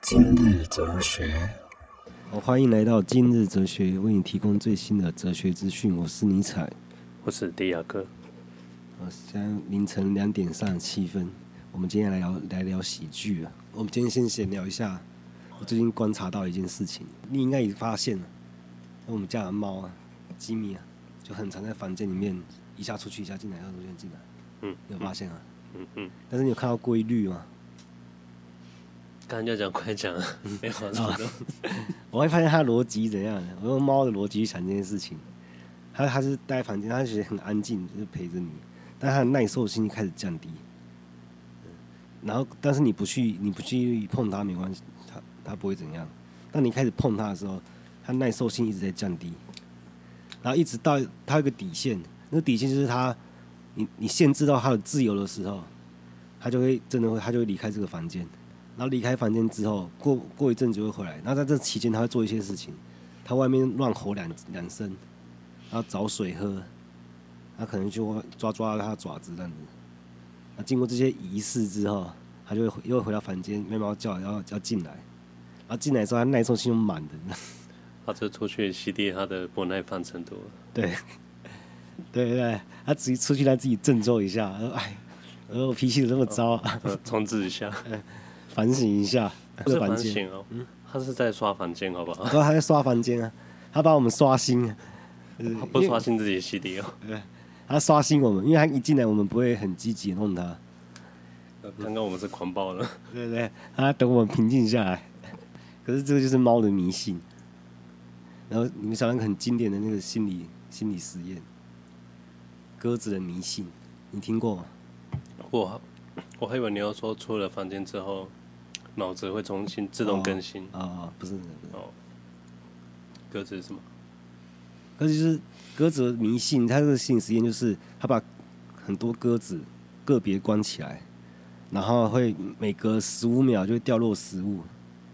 今日哲学，欢迎来到今日哲学，为你提供最新的哲学资讯。我是尼采， 我是迪亚哥。 现在凌晨2点37分，我们今天来聊喜剧啊。我们今天先闲聊一下，我最近观察到一件事情，你应该也发现了，我们家的猫啊，吉米啊，就很常在房间里面一下出去，一下进来，一下出去进来。你有发现啊？但是你有看到规律吗？ 刚才就讲，快讲啊！没有啊。 我会发现它的逻辑怎样的。我用猫的逻辑去想这件事情，它是待在房间，它觉得很安静，就是陪着你，但它的耐受性开始降低。然后，但是你不去碰它没关系，它不会怎样。当你开始碰它的时候，它耐受性一直在降低，然后一直到它有一个底线，那个底线就是你限制到它的自由的时候，它就会离开这个房间。然后离开房间之后，过一阵就会回来。然后在这期间，他会做一些事情。他外面乱吼两声，然后找水喝。他可能就会抓他的爪子这样子。那经过这些仪式之后，他就会又回到房间，喵喵叫，要进来。然后进来之后，他耐受性就满的。 他就出去洗涤他的不耐烦程度。 对，他自己出去，他自己振作一下。哎，我脾气怎么这么糟？ 重置一下。 反省一下， 不是反省哦，他是在刷房间，好不好？ 对，他在刷房间啊，他把我们刷新， 他不刷新自己洗涤哦。 对，他刷新我们，因为他一进来，我们不会很积极弄他。 刚刚我们是狂暴了， 对，他等我们平静下来。可是这个就是猫的迷信。然后你们想那个很经典的那个心理实验，鸽子的迷信，你听过吗？ 我还以为你要说出了房间之后，脑子会重新自动更新。 不是。 哦，鸽子是什么？ 鸽子就是鸽子的迷信，它这个心理实验就是它把很多鸽子个别关起来，然后会每隔15秒就会掉落食物。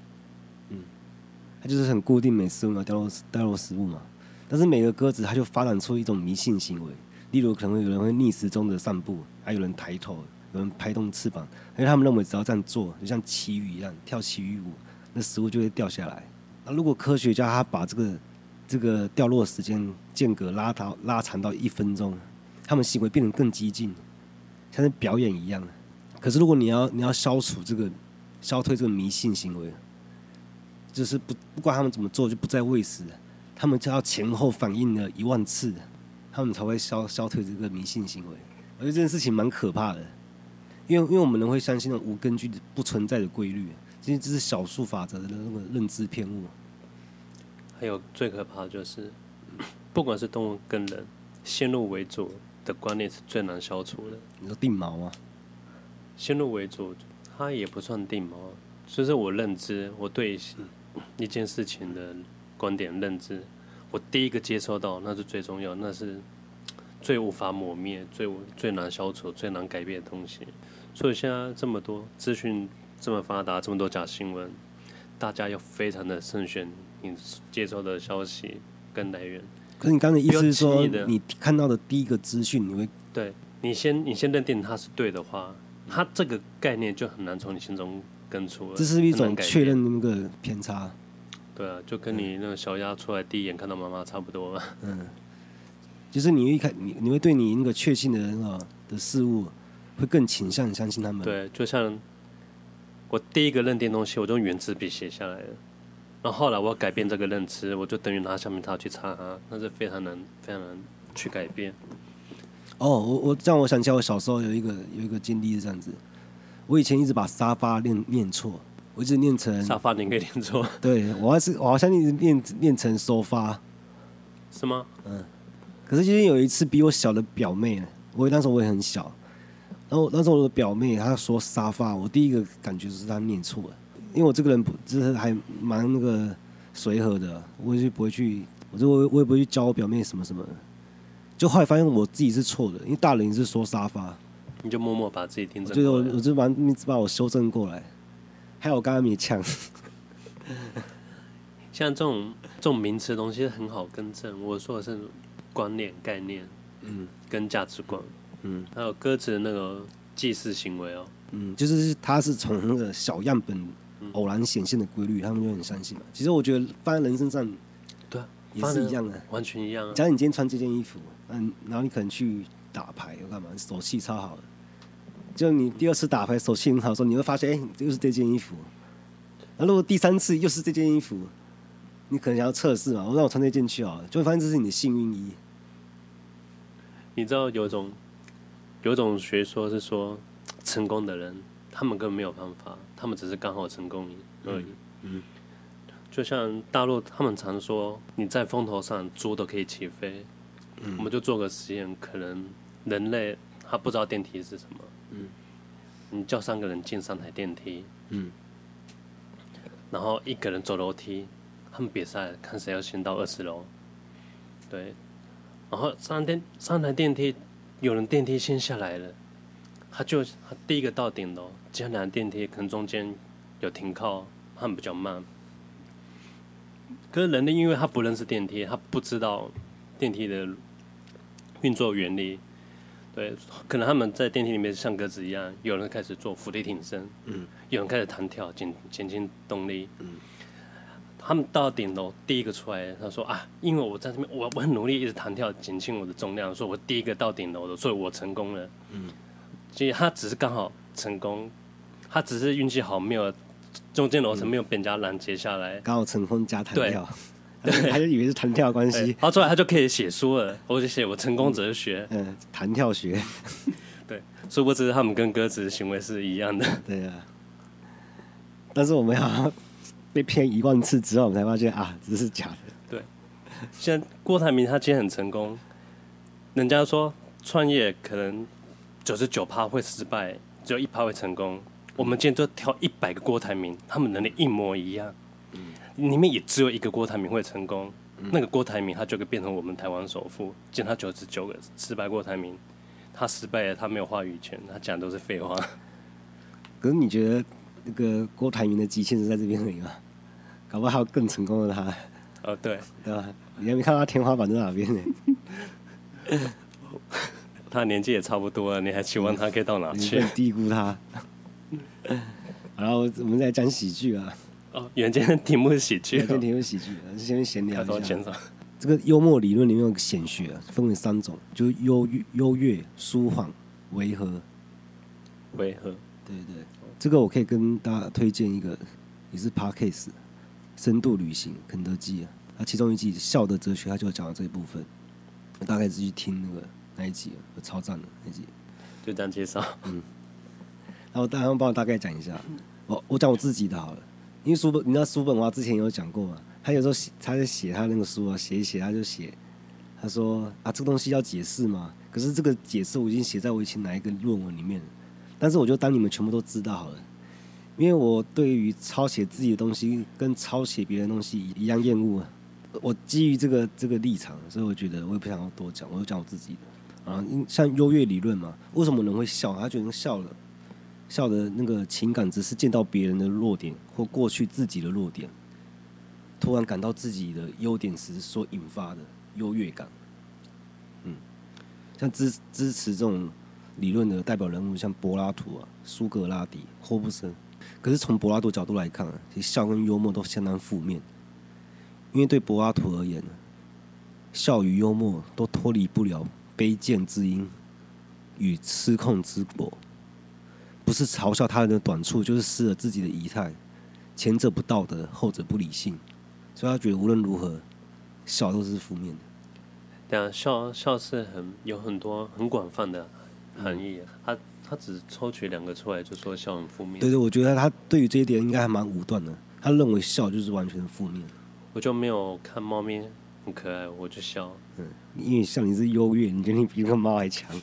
它就是很固定，每15秒掉落食物嘛。但是每个鸽子它就发展出一种迷信行为，例如可能有人会逆时钟的散步，还有人抬头。有人拍动翅膀，因为他们认为只要这样做，就像旗语一样跳旗语舞，那食物就会掉下来。那如果科学家他把这个掉落时间间隔拉长到1分钟，他们行为变得更激进，像是表演一样。可是如果你要消退这个迷信行为，就是不管他们怎么做，就不再喂食，他们就要前后反应了1万次，他们才会消退这个迷信行为。我觉得这件事情蛮可怕的。因为我们人会相信那种无根据的不存在的规律，其实这是小数法则的那个认知偏误。 还有最可怕的就是，不管是动物跟人，先入为主的观念是最难消除的。 你说定锚吗？ 先入为主，它也不算定锚，就是我认知，我对一件事情的观点认知，我第一个接收到，那是最重要，那是最无法抹灭、最难消除、最难改变的东西。所以现在这么多资讯这么发达，这么多假新闻，大家要非常的慎选你接收的消息跟来源。 可是你刚才的意思是说，你看到的第一个资讯，你会对你先认定它是对的话，它这个概念就很难从你心中根除了。 这是一种确认的那个偏差。 对啊，就跟你那个小鸭出来第一眼看到妈妈差不多嘛。 就是你会对你那个确信的事物，会更倾向相信他们。 对，就像我第一个认定东西，我就用圆珠笔写下来了。然后后来我要改变这个认知，我就等于拿橡皮擦去擦它，那是非常难去改变。 我这样我想起来，我小时候有一个经历是这样子。我以前一直把沙发念错，我一直念成沙发，你可以念错。 对，我好像一直念成收发， 是吗？ 可是今天有一次比我小的表妹，那时候我也很小，然后那时候我的表妹她说沙发，我第一个感觉就是她念错了，因为我这个人就是还蛮那个随和的，我也不会去，我也不会去教我表妹什么什么的，就后来发现我自己是错的，因为大人也是说沙发， 你就默默把自己订正过来。 我就把我修正过来，还有我刚刚没呛。 像这种名词的东西很好更正，我说的是观念、概念，跟价值观，还有鸽子的那个祭祀行为哦， 就是他是从那个小样本偶然显现的规律，他们就很相信嘛。其实我觉得放在人身上， 对啊， 也是一样的， 完全一样啊。 假如你今天穿这件衣服，然后你可能去打牌，又干嘛，手气超好的，就你第2次打牌手气很好的时候，你会发现，又是这件衣服。那如果第3次又是这件衣服，你可能想要测试嘛，让我穿这件去好了，就会发现这是你的幸运衣。 你知道有一种学说是说，成功的人他们根本没有办法，他们只是刚好成功而已。就像大陆他们常说，你在风头上猪都可以起飞。我们就做个实验，可能人类他不知道电梯是什么。你叫3个人进3台电梯。然后1个人走楼梯，他们比赛看谁要先到20楼。对，然后上台电梯，有人电梯先下来了，他第一个到顶楼，接下来电梯可能中间有停靠，他们比较慢。可是人类因为他不认识电梯，他不知道电梯的运作原理，对，可能他们在电梯里面像鸽子一样，有人开始做伏地挺身，有人开始弹跳减轻动力，他们到顶楼第一个出来，他说啊，因为我在这边，我很努力一直弹跳减轻我的重量，所以我第一个到顶楼的，所以我成功了。其实他只是刚好成功，他只是运气好，没有中间楼层没有被人家拦截下来， 刚好成功加弹跳。对，他就以为是弹跳的关系， 然后出来他就可以写书了，我就写我成功哲学， 弹跳学。 对，殊不知他们跟鸽子的行为是一样的。 对啊，但是我们要被骗1万次之后，我们才发现啊，这是假的。 对，现在郭台铭他今天很成功，人家说创业可能99%会失败，只有1%会成功。我们今天就挑100个郭台铭，他们能力一模一样，里面也只有1个郭台铭会成功。那个郭台铭他就可以变成我们台湾首富。见他99个失败郭台铭，他失败了，他没有话语权，他讲的都是废话。 可是你觉得那个郭台铭的极限是在这边而已吗？搞不好还有更成功的他。 对， 对吧？你还没看到他天花板在哪边呢？ 他年纪也差不多了，你还期望他可以到哪去？ 你不能低估他。然后我们再讲喜剧啊。 原来今天题目是喜剧。 今天题目是喜剧，先闲聊一下。这个幽默理论里面有个显学，分为3种，就是优越、舒缓、违和。 违和。 对，这个我可以跟大家推荐一个，也是 Podcast 深度旅行肯德基啊，它其中一集笑的哲学，它就讲了这一部分。我大概是去听那一集，超赞的那一集。 就这样介绍。 然后大家帮我大概讲一下，我讲我自己的好了，因为你知道叔本华之前有讲过嘛，他有时候他在写他那个书啊，写一写他就写，他说啊这个东西要解释嘛，可是这个解释我已经写在我以前哪一个论文里面了，但是我就当你们全部都知道好了，因为我对于抄写自己的东西跟抄写别人的东西一样厌恶啊，我基于这个立场，所以我觉得我也不想要多讲，我就讲我自己的啊，像优越理论嘛，为什么人会笑？他觉得笑的那个情感只是见到别人的弱点或过去自己的弱点，突然感到自己的优点时所引发的优越感。像支持这种理论的代表人物，像柏拉图啊、苏格拉底、霍布森。可是从柏拉图角度来看啊，其实笑跟幽默都相当负面，因为对柏拉图而言，笑与幽默都脱离不了卑贱之音与失控之果。不是嘲笑他人的短处，就是失了自己的仪态。前者不道德，后者不理性，所以他觉得无论如何，笑都是负面的。 对啊，笑是有很多很广泛的含义啊。他只抽取2个出来就说笑很负面。 对，我觉得他对于这一点应该还蛮武断的。他认为笑就是完全负面。 我就没有看猫咪很可爱，我就笑。 因为像你是优越，你觉得你比那个猫还强。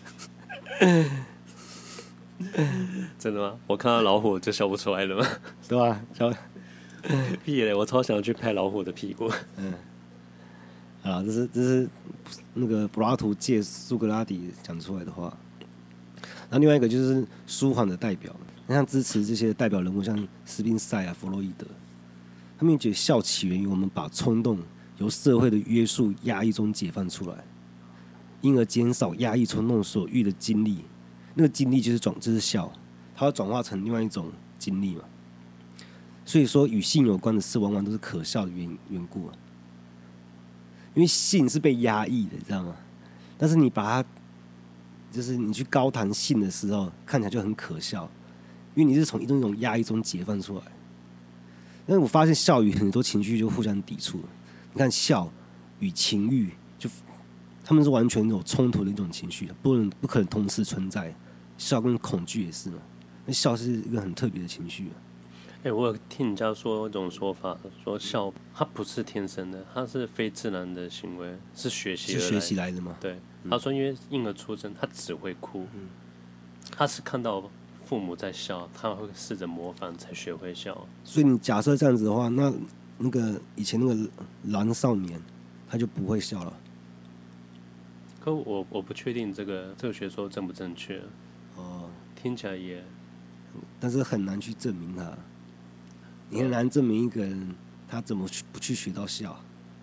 真的吗？我看到老虎就笑不出来了吗？ 对吧？ 屁嘞！我超想去拍老虎的屁股。 啊，这是那个柏拉图借苏格拉底讲出来的话。然后另外一个就是舒缓的代表，像支持这些代表人物，像斯宾塞啊、弗洛伊德，他们觉得笑起源于我们把冲动由社会的约束压抑中解放出来，因而减少压抑冲动所欲的精力。那个精力就是笑，它要转化成另外一种精力嘛。 所以说与性有关的事往往都是可笑的缘故啊。因为性是被压抑的，你知道吗？但是你把它，就是你去高谈性的时候，看起来就很可笑，因为你是从一种压抑中解放出来。但是我发现笑与很多情绪就互相抵触。你看笑与情欲，就他们是完全有冲突的一种情绪，不可能同时存在。笑跟恐惧也是嘛，那笑是一个很特别的情绪。 我有听人家说一种说法，说笑它不是天生的，它是非自然的行为，是学习来的吗？ 对，他说因为婴儿出生他只会哭，他是看到父母在笑，他会试着模仿才学会笑。 所以你假设这样子的话，那个以前那个狼少年他就不会笑了。 可我不确定这个学说正不正确。听起来也， 但是很难去证明他。你很难证明一个人他怎么不去学到笑。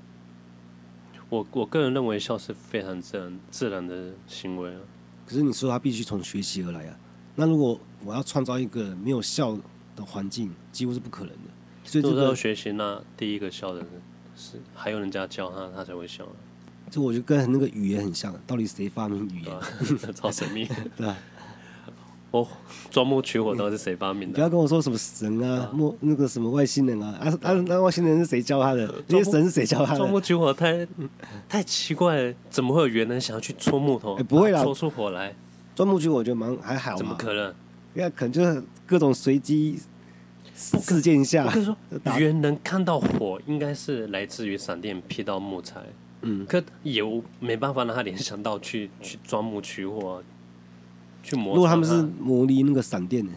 我个人认为笑是非常自然的行为啊。 可是你说他必须从学习而来啊，那如果我要创造一个没有笑的环境，几乎是不可能的。所以如果要学习，那第一个笑的人是还有人家教他才会笑。 这我觉得跟那个语言很像，到底谁发明语言？ 超神秘， 对吧？ 钻木取火到底是谁发明的？ 不要跟我说什么神啊，那个什么外星人啊，那外星人是谁教他的？那些神是谁教他的？ 钻木取火太奇怪了，怎么会有猿人想要去戳木头？ 不会啦， 戳出火来。 钻木取火我觉得还好。 怎么可能？ 应该可能就是各种随机事件下。 我跟你说，猿人看到火应该是来自于闪电劈到木材，可也没办法让他联想到去钻木取火。 如果他们是模拟那个闪电的，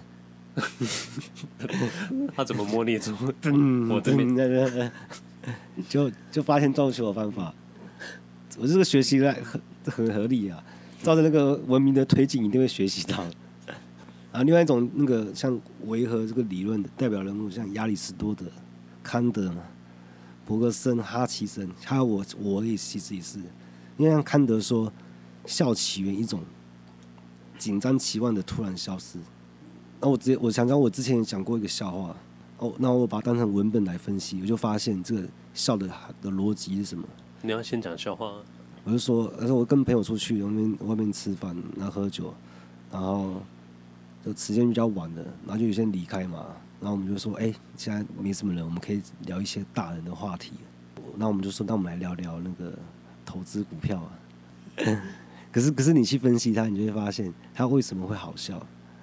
他怎么模拟出？ 我这边就发现造出的方法。我这个学习来很合理啊，照着那个文明的推进，一定会学习到。啊，另外一种那个像维和这个理论的代表人物，像亚里士多德、康德嘛、伯格森、哈奇森，还有我也其实也是，因为像康德说，笑起源一种紧张期望的突然消失。那我想讲，我之前也讲过一个笑话，那我把它当成文本来分析，我就发现这个笑的逻辑是什么。 你要先讲笑话。 我就说，我跟朋友出去外面吃饭，然后喝酒，然后就时间比较晚了，然后就有些人离开嘛，然后我们就说，现在没什么人，我们可以聊一些大人的话题。那我们就说，那我们来聊聊那个投资股票啊。可是你去分析它，你就会发现它为什么会好笑，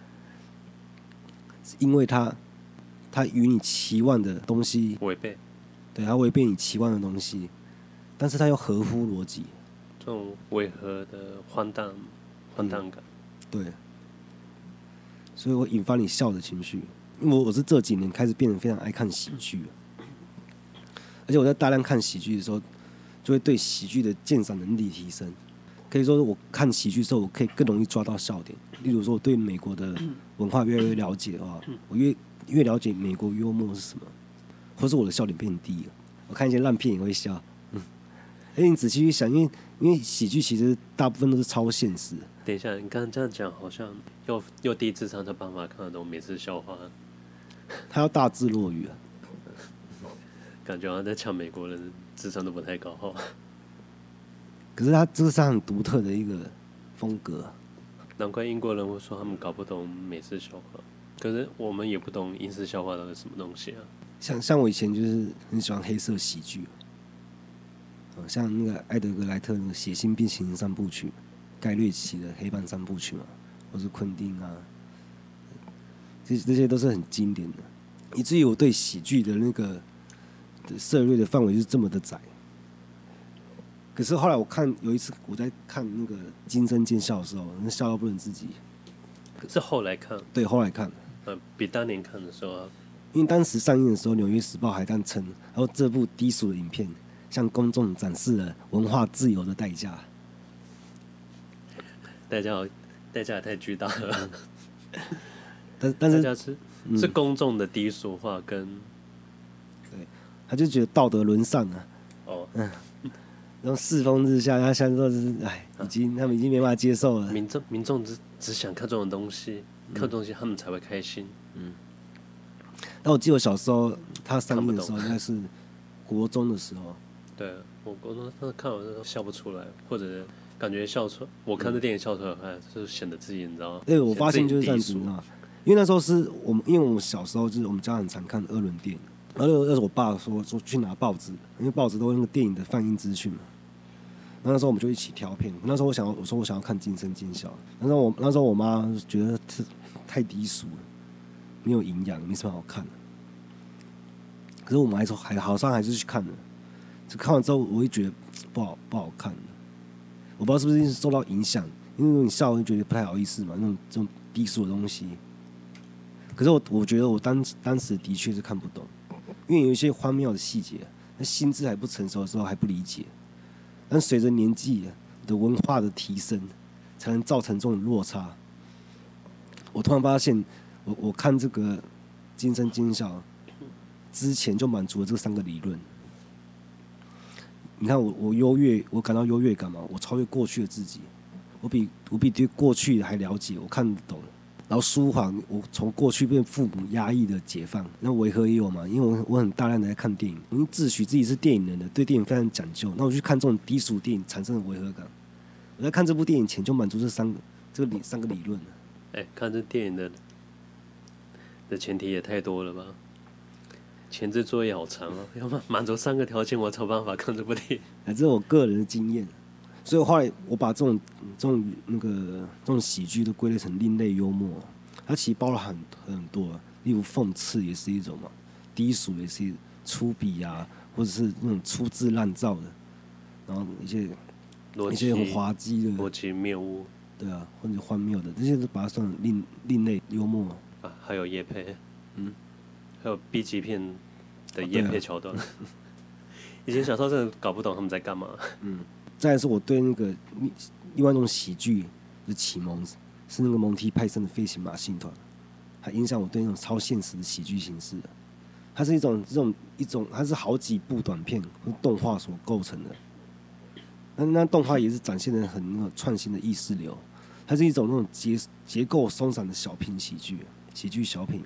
是因为它与你期望的东西违背， 对，它违背你期望的东西，但是它又合乎逻辑， 这种违和的荒诞感， 对，所以会引发你笑的情绪。因为我是这几年开始变得非常爱看喜剧，而且我在大量看喜剧的时候，就会对喜剧的鉴赏能力提升。可以说，我看喜剧的时候，我可以更容易抓到笑点。例如说，我对美国的文化越来越了解的话，我越了解美国幽默是什么，或是我的笑点变低了。我看一些烂片也会笑。而且你仔细去想，因为喜剧其实大部分都是超现实。 等一下，你刚刚这样讲，好像又低智商的办法看得懂每次笑话。 他要大智若愚啊， 感觉好像在抢美国人智商都不太高哈。 可是他这是他很独特的一个风格。 难怪英国人会说他们搞不懂美式笑话，可是我们也不懂英式笑话到底是什么东西啊。 像我以前就是很喜欢黑色喜剧，像那个艾德格莱特那个《血腥变形三部曲》，盖略奇的《黑帮三部曲》嘛，或是昆汀啊，这些都是很经典的，以至于我对喜剧的那个涉猎的范围是这么的窄。可是后来有一次我在看那个《惊声尖笑》的时候，那笑到不能自己。 是后来看？ 对，后来看。 比当年看的时候啊。 因为当时上映的时候，《纽约时报》还这样称，然后这部低俗的影片向公众展示了文化自由的代价。 代价也太巨大了。 但是代价是公众的低俗化跟， 对，他就觉得道德沦丧啊。然后世风日下，他现在都是他们已经没办法接受了。 民众只想看这种东西，看东西他们才会开心。 但我记得我小时候他上映的时候应该是国中的时候。 对，我国中当时看我都笑不出来，或者感觉笑出，我看这电影笑出来，就是显得自己你知道吗？ 对，我发现就是这样子啊，因为那时候是因为我们小时候就是我们家很常看2轮电影，然后那是我爸说去拿报纸，因为报纸都有那个电影的放映资讯嘛。那时候我们就一起挑片，那时候我说我想要看《惊声尖笑》，那时候我妈觉得太低俗了，没有营养，没什么好看的。可是我们好像还是去看了，就看完之后我会觉得不好看的，我不知道是不是受到影响，因为你笑就觉得不太好意思嘛，这种低俗的东西。可是我觉得我当时的确是看不懂，因为有一些荒谬的细节，那心智还不成熟的时候还不理解。但随着年纪的文化的提升，才能造成这种落差。我突然发现，我看这个《惊声尖笑》之前就满足了这3个理论。你看我感到优越感嘛，我超越过去的自己，我比对过去还了解，我看得懂。然后舒缓我从过去被父母压抑的解放，那违和也有嘛？因为我很大量的在看电影，我自诩自己是电影人的，对电影非常讲究。那我去看这种低俗电影产生的违和感，我在看这部电影前就满足这三个理论了。 看这电影的前提也太多了吧？前置作业好长哦，要满足3个条件我才有办法看这部电影。 这是我个人的经验，所以后来我把这种喜剧都归类成另类幽默，它其实包了很多，例如讽刺也是一种嘛，低俗也是粗鄙啊，或者是那种粗制滥造的，然后一些很滑稽的逻辑谬误， 对啊，或者荒谬的，这些都把它算另类幽默啊。还有业配，还有 B 级片的业配桥段。以前小时候真的搞不懂他们在干嘛。 再来是我对那个另外一种喜剧的启蒙，是那个蒙提派森的《飞行马戏团》，它影响我对那种超现实的喜剧形式的。它是一种，它是好几部短片或动画所构成的。那动画也是展现了很那种创新的意识流，它是一种那种结构松散的小品喜剧小品。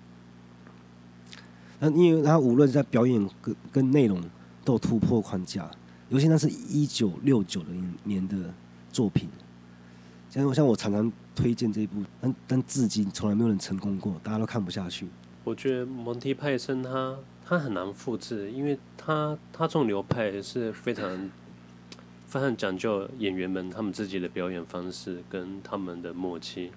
那因为它无论在表演跟内容都有突破框架，尤其那是1969年的作品。像我常常推荐这一部，但至今从来没有人成功过，大家都看不下去。 我觉得蒙提派森他很难复制，因为他这种流派是非常讲究演员们他们自己的表演方式跟他们的默契。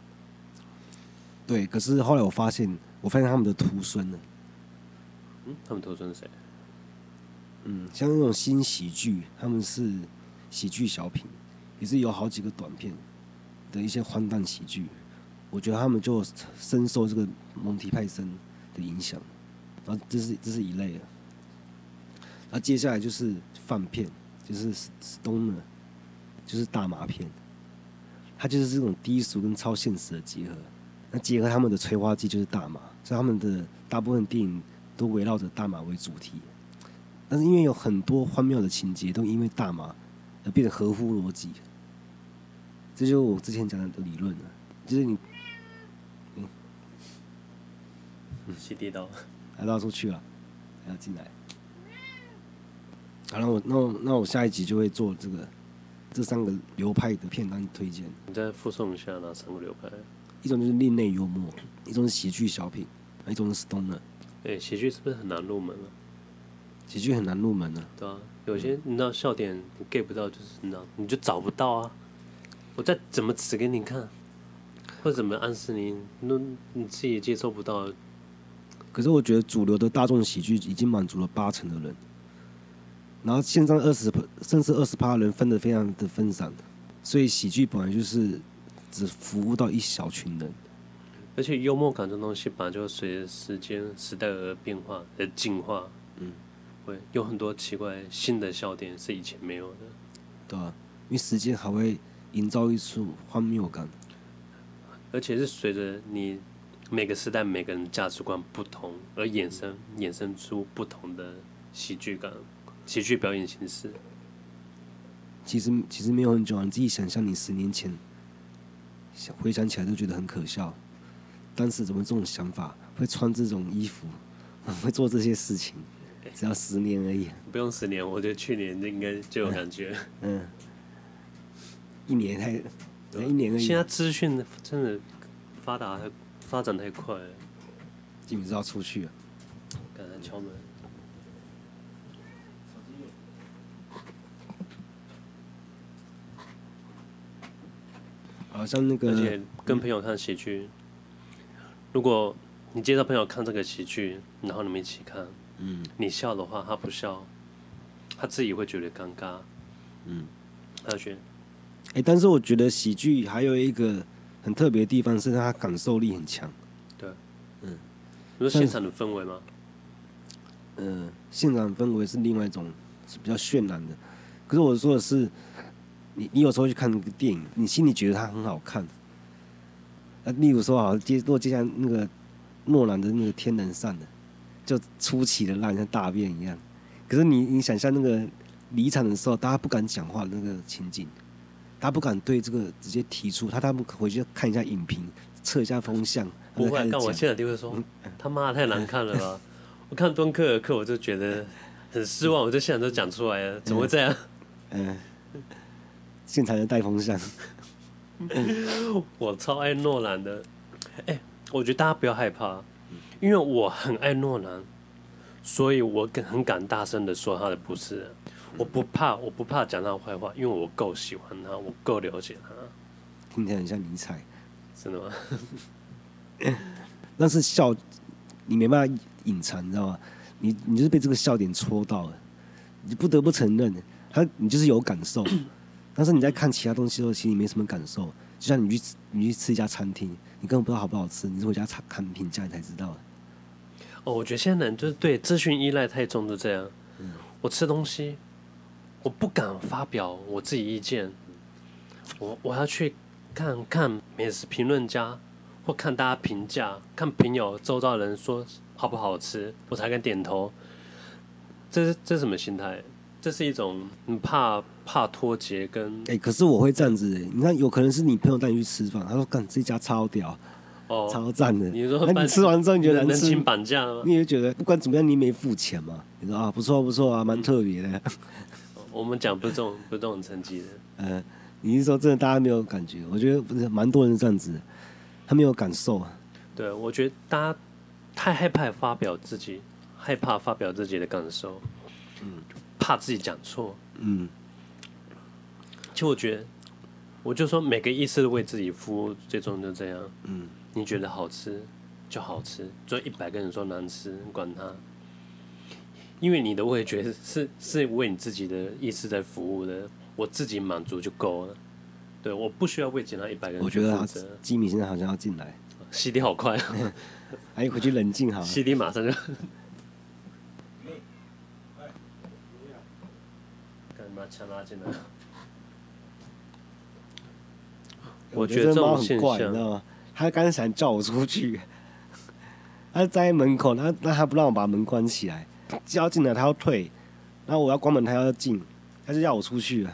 对，可是后来我发现他们的徒孙了。 他们徒孙是谁？ 像那种新喜剧，他们是喜剧小品，也是有好几个短片的一些荒诞喜剧。我觉得他们就深受这个蒙提派森的影响，然后这是一类的。那接下来就是饭片，就是 stoner， 就是大麻片，它就是这种低俗跟超现实的结合。那结合他们的催化剂就是大麻，所以他们的大部分电影都围绕着大麻为主题。但是因为有很多荒谬的情节都因为大麻而变得合乎逻辑，这就是我之前讲的理论了，就是你。 洗地道， 还拉出去了，还要进来。好了，那我下一集就会做这3个流派的片单推荐。 你再附送一下哪3个流派？ 一种就是另类幽默，一种是喜剧小品，一种是 stoner。 喜剧是不是很难入门啊？ 喜剧很难入门啊。 对啊，有些你知道笑点你 get 不到，就是你知道你就找不到啊。我再怎么指给你看，或者怎么暗示你自己也接受不到。 可是我觉得主流的大众喜剧已经满足了80%的人，然后线上甚至20%的人分得非常的分散，所以喜剧本来就是只服务到一小群人。 而且幽默感这东西本来就随着时代而变化而进化，会有很多奇怪新的笑点是以前没有的。 对啊，因为时间还会营造一出荒谬感， 而且是随着你每个时代每个人价值观不同而衍生出不同的喜剧表演形式。 其实没有很久啊，你自己想象你10年前回想起来都觉得很可笑，当时怎么这种想法会穿这种衣服，会做这些事情，只要10年而已。 不用10年，我觉得去年应该就有感觉。 1年才1年而已。 现在资讯真的发展太快了。 基本上要出去了。 刚才敲门。 好像那个， 而且跟朋友看喜剧，如果你介绍朋友看这个喜剧，然后你们一起看，你笑的话，他不笑，他自己会觉得尴尬，他觉得， 但是我觉得喜剧还有一个很特别的地方是它感受力很强。 对，你说现场的氛围吗？ 现场氛围是另外一种，是比较渲染的。可是我说的是，你有时候去看那个电影，你心里觉得它很好看。例如说如果接下来那个诺兰的那个天能上的，就出奇的烂，像大便一样。可是你想象那个离场的时候，大家不敢讲话的那个情景，大家不敢对这个直接提出，他们回去看一下影评，测一下风向。 不会，但我现在就会说，他妈太难看了吧！我看敦刻尔克，我就觉得很失望，我就现在都讲出来了，怎么会这样？ 现场的带风向。 我超爱诺兰的，我觉得大家不要害怕，因为我很爱诺兰，所以我很敢大声的说他的不是，我不怕讲他的坏话，因为我够喜欢他，我够了解他。 听起来很像尼采， 真的吗？ 但是笑，你没办法隐藏，你知道吗？你就是被这个笑点戳到了，你不得不承认，你就是有感受。但是你在看其他东西的时候，其实你没什么感受。就像你去吃一家餐厅，你根本不知道好不好吃，你是回家看评价你才知道的。 我觉得现在人就是对资讯依赖太重，就这样。我吃东西，我不敢发表我自己意见，我要去看美食评论家，或看大家评价，看朋友周遭人说好不好吃，我才敢点头。这是什么心态？这是一种怕脱节跟可是我会这样子你看，有可能是你朋友带你去吃饭，他说干这家超屌，超赞的。 你说那你吃完之后你觉得难吃， 人情绑架吗？ 你也觉得不管怎么样你没付钱嘛，你说不错啊，蛮特别的。 我们讲不是这种层级的。 你是说真的大家没有感觉？我觉得不是，蛮多人是这样子的，他没有感受。 对，我觉得大家太害怕发表自己的感受，怕自己讲错。其实我觉得，我就说每个医师为自己服务，最终就这样。你觉得好吃就好吃，就100个人说难吃，管他。因为你的味觉是为你自己的意识在服务的，我自己满足就够了。对，我不需要为其他100个人去负责。 基米现在好像要进来 ，CD 好快还回去冷静好了。 CD 马上就干嘛强拉进来？我觉得这种现象， 你知道吗？他刚才想叫我出去，他站在门口，那他不让我把门关起来，叫进来他要退，然后我要关门他要进，他就要我出去了。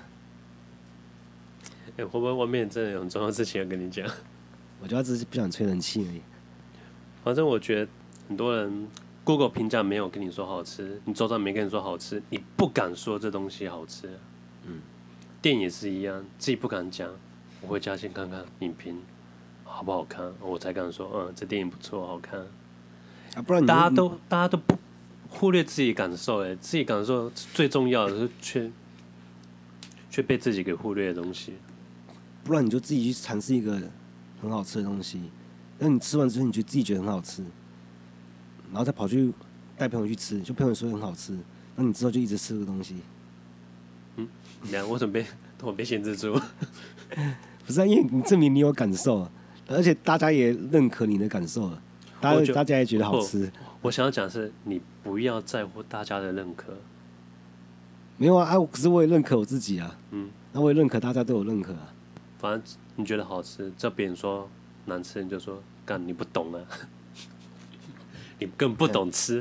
会不会外面真的有很重要的事情要跟你讲？ 我觉得他只是不想吹冷气而已。 反正我觉得很多人 Google 评价没有跟你说好吃，你周遭没跟你说好吃，你不敢说这东西好吃。电影也是一样，自己不敢讲，我回家先看看影评好不好看，我才敢说这电影不错，好看。 不然大家都不忽略自己感受，自己感受最重要的，却被自己给忽略的东西。 不然你就自己去尝试一个很好吃的东西，那你吃完之后你自己觉得很好吃，然后再跑去带朋友去吃，就朋友说很好吃，那你之后就一直吃这个东西。 我准备被限制住。 不是因为你证明你有感受，而且大家也认可你的感受了，大家也觉得好吃。 我想要讲的是，你不要在乎大家的认可。 没有可是我也认可我自己啊。那我也认可大家对我认可啊。 反正你觉得好吃，叫别人说难吃，你就说干你不懂啊，你根本不懂吃。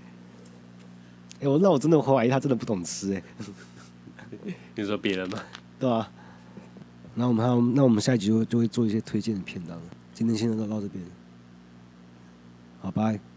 那我真的怀疑他真的不懂吃你说别人吗？ 对啊。那我们下一集就会做一些推荐的片段了。今天先到这边。 好，拜。